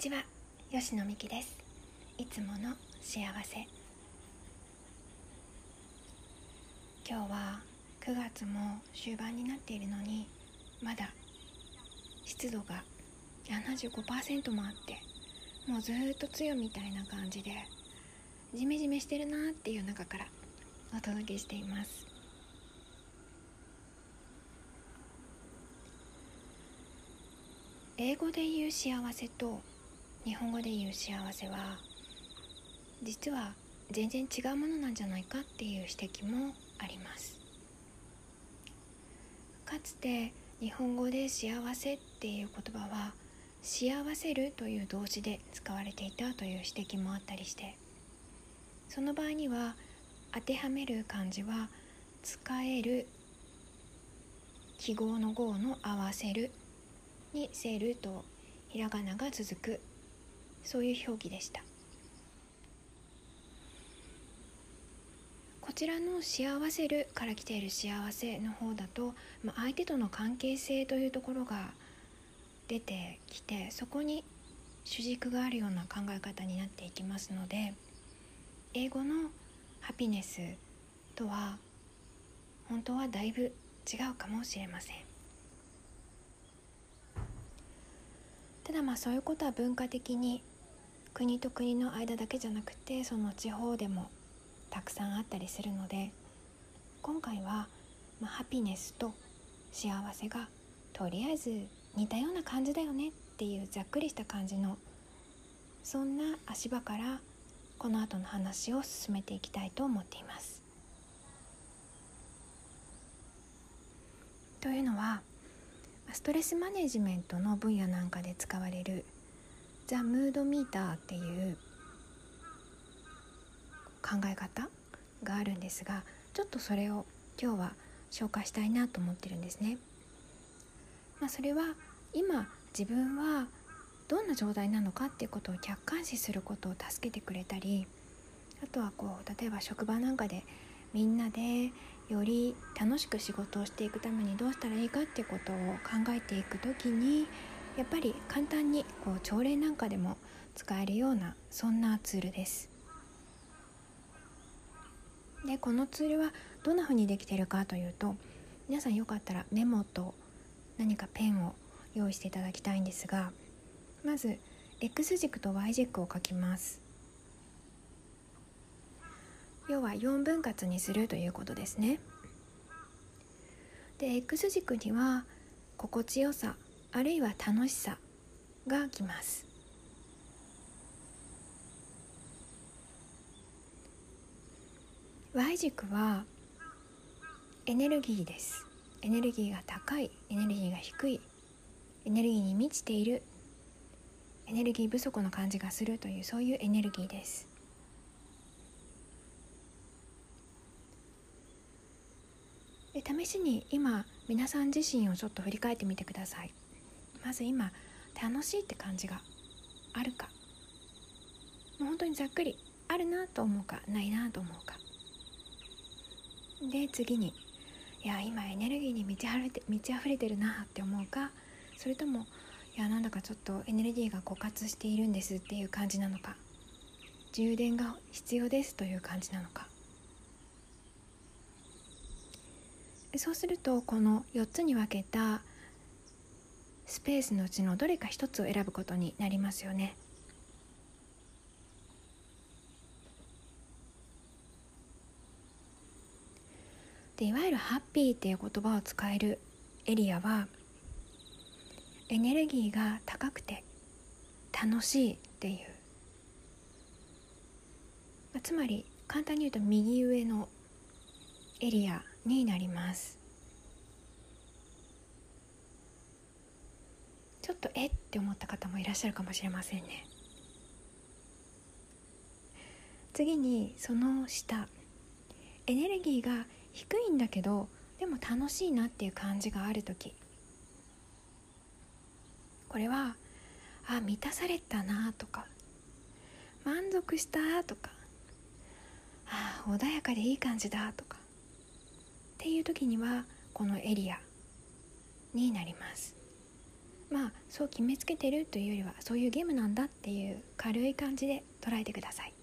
ちは、吉野美希です。いつもの幸せ。今日は9月も終盤になっているのに、まだ湿度が 75% もあって、もうずっと梅雨みたいな感じでジメジメしてるなっていう中からお届けしています。英語で言う幸せと日本語で言う幸せは実は全然違うものなんじゃないかっていう指摘もあります。かつて日本語で幸せっていう言葉は幸せるという動詞で使われていたという指摘もあったりして、その場合には当てはめる漢字は使える、記号の語の合わせるにせるとひらがなが続く、そういう表記でした。こちらの幸せるから来ている幸せの方だと、相手との関係性というところが出てきて、そこに主軸があるような考え方になっていきますので、英語のハピネスとは本当はだいぶ違うかもしれません。ただそういうことは文化的に国と国の間だけじゃなくて、その地方でもたくさんあったりするので、今回は、ハピネスと幸せがとりあえず似たような感じだよねっていうざっくりした感じの、そんな足場からこの後の話を進めていきたいと思っています。というのは、ストレスマネジメントの分野なんかで使われるザ・ムードミーターっていう考え方があるんですが、ちょっとそれを今日は紹介したいなと思ってるんですね。それは今自分はどんな状態なのかっていうことを客観視することを助けてくれたり、あとは例えば職場なんかでみんなでより楽しく仕事をしていくためにどうしたらいいかっていうことを考えていくときに、やっぱり簡単に朝礼なんかでも使えるような、そんなツールです。で、このツールはどんな風にできているかというと、皆さんよかったらメモと何かペンを用意していただきたいんですが、まず X 軸と Y 軸を書きます。要は4分割にするということですね。で、X 軸には心地よさあるいは楽しさがきます。Y 軸はエネルギーです。エネルギーが高い、エネルギーが低い、エネルギーに満ちている、エネルギー不足の感じがするという、そういうエネルギーです。で、試しに今皆さん自身をちょっと振り返ってみてください。まず今楽しいって感じがあるか、もう本当にざっくりあるなと思うかないなと思うか。で、次に今エネルギーに満ち溢れてるなって思うか、それともなんだかちょっとエネルギーが枯渇しているんですっていう感じなのか、充電が必要ですという感じなのか。そうするとこの4つに分けたスペースのうちのどれか1つを選ぶことになりますよね。で、いわゆるハッピーっていう言葉を使えるエリアはエネルギーが高くて楽しいっていう、つまり簡単に言うと右上のエリアになります。ちょっとって思った方もいらっしゃるかもしれませんね。次にその下、エネルギーが低いんだけどでも楽しいなっていう感じがあるとき、これは満たされたなとか満足したとか穏やかでいい感じだとかっていう時にはこのエリアになります。 そう決めつけてるというよりは、そういうゲームなんだっていう軽い感じで捉えてください。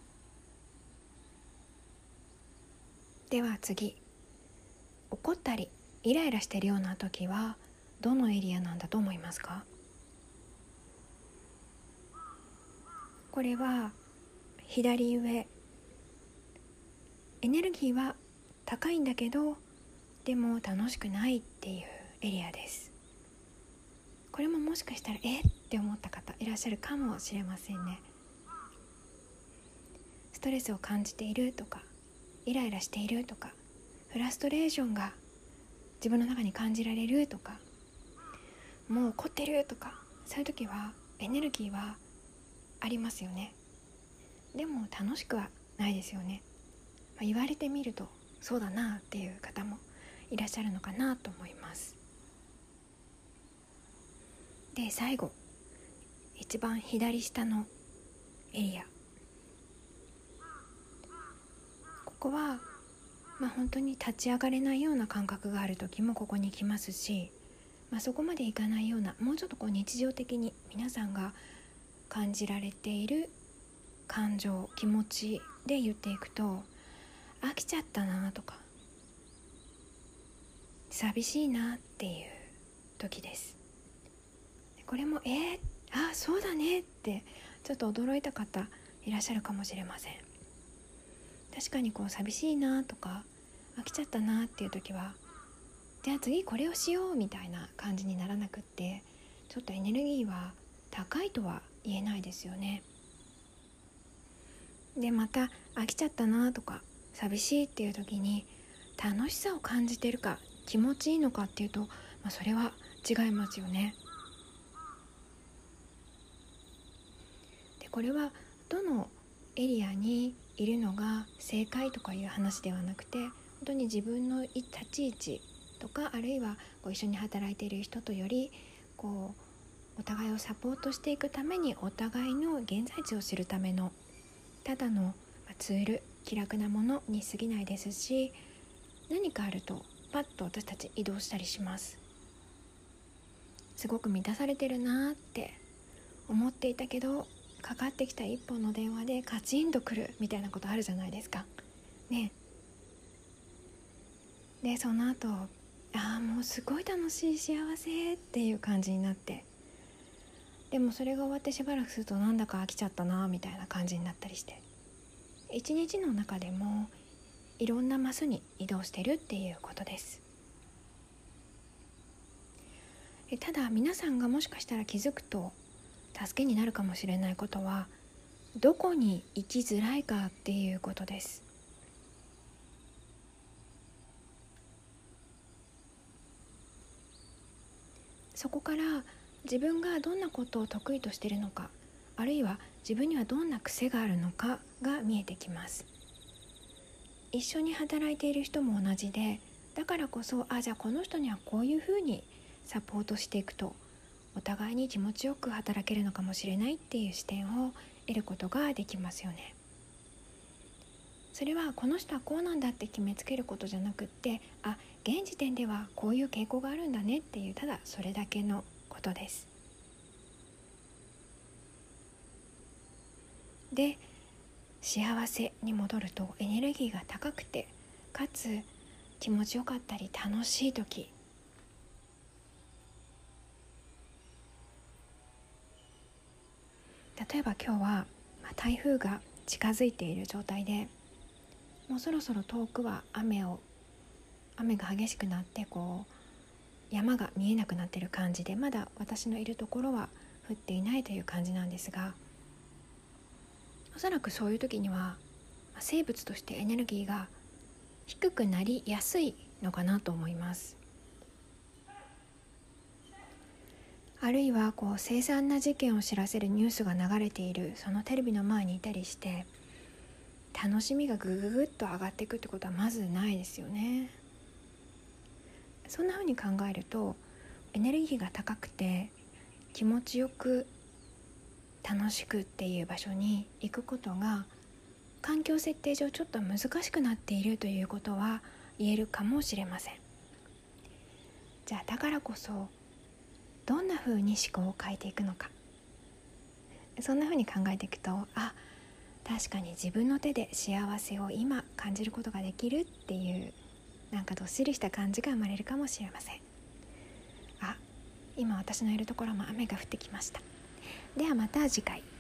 では次、怒ったりイライラしているような時はどのエリアなんだと思いますか？これは左上、エネルギーは高いんだけどでも楽しくないっていうエリアです。これももしかしたらって思った方いらっしゃるかもしれませんね。ストレスを感じているとか、イライラしているとか、フラストレーションが自分の中に感じられるとか、もう怒ってるとか、そういう時はエネルギーはありますよね。でも楽しくはないですよね。言われてみるとそうだなっていう方もいらっしゃるのかなと思います。で、最後、一番左下のエリア、ここは本当に立ち上がれないような感覚がある時もここに来ますし、そこまでいかないような、もうちょっと日常的に皆さんが感じられている感情、気持ちで言っていくと、飽きちゃったなとか、寂しいなっていう時です。これもそうだねってちょっと驚いた方いらっしゃるかもしれません。確かに寂しいなとか飽きちゃったなっていう時は、じゃあ次これをしようみたいな感じにならなくって、ちょっとエネルギーは高いとは言えないですよね。で、また飽きちゃったなとか寂しいっていう時に楽しさを感じてるか、気持ちいいのかっていうと、それは違いますよね。で、これはどのエリアにいるのが正解とかいう話ではなくて、本当に自分の立ち位置とか、あるいは一緒に働いている人とよりお互いをサポートしていくために、お互いの現在地を知るためのただのツール、気楽なものに過ぎないですし、何かあるとパッと私たち移動したりします。すごく満たされてるなって思っていたけど、かかってきた一本の電話でカチンとくるみたいなことあるじゃないですかね。で、その後もうすごい楽しい、幸せっていう感じになって、でもそれが終わってしばらくするとなんだか飽きちゃったなみたいな感じになったりして、一日の中でもいろんなマスに移動してるっていうことです。ただ皆さんがもしかしたら気づくと助けになるかもしれないことは、どこに行きづらいかっていうことです。そこから自分がどんなことを得意としているのか、あるいは自分にはどんな癖があるのかが見えてきます。一緒に働いている人も同じで、だからこそじゃあこの人にはこういうふうにサポートしていくとお互いに気持ちよく働けるのかもしれないっていう視点を得ることができますよね。それはこの人はこうなんだって決めつけることじゃなくって、現時点ではこういう傾向があるんだねっていう、ただそれだけのことです。で、幸せに戻るとエネルギーが高くて、かつ気持ちよかったり楽しい時、例えば今日は台風が近づいている状態で、もうそろそろ遠くは雨が激しくなって山が見えなくなっている感じで、まだ私のいるところは降っていないという感じなんですが、おそらくそういう時には生物としてエネルギーが低くなりやすいのかなと思います。あるいは凄惨な事件を知らせるニュースが流れているそのテレビの前にいたりして、楽しみがぐぐぐっと上がっていくってことはまずないですよね。そんな風に考えると、エネルギーが高くて気持ちよく楽しくっていう場所に行くことが、環境設定上ちょっと難しくなっているということは言えるかもしれません。じゃあだからこそどんな風に思考を変えていくのか、そんな風に考えていくと、確かに自分の手で幸せを今感じることができるっていう、なんかどっしりした感じが生まれるかもしれません。今私のいるところも雨が降ってきました。ではまた次回。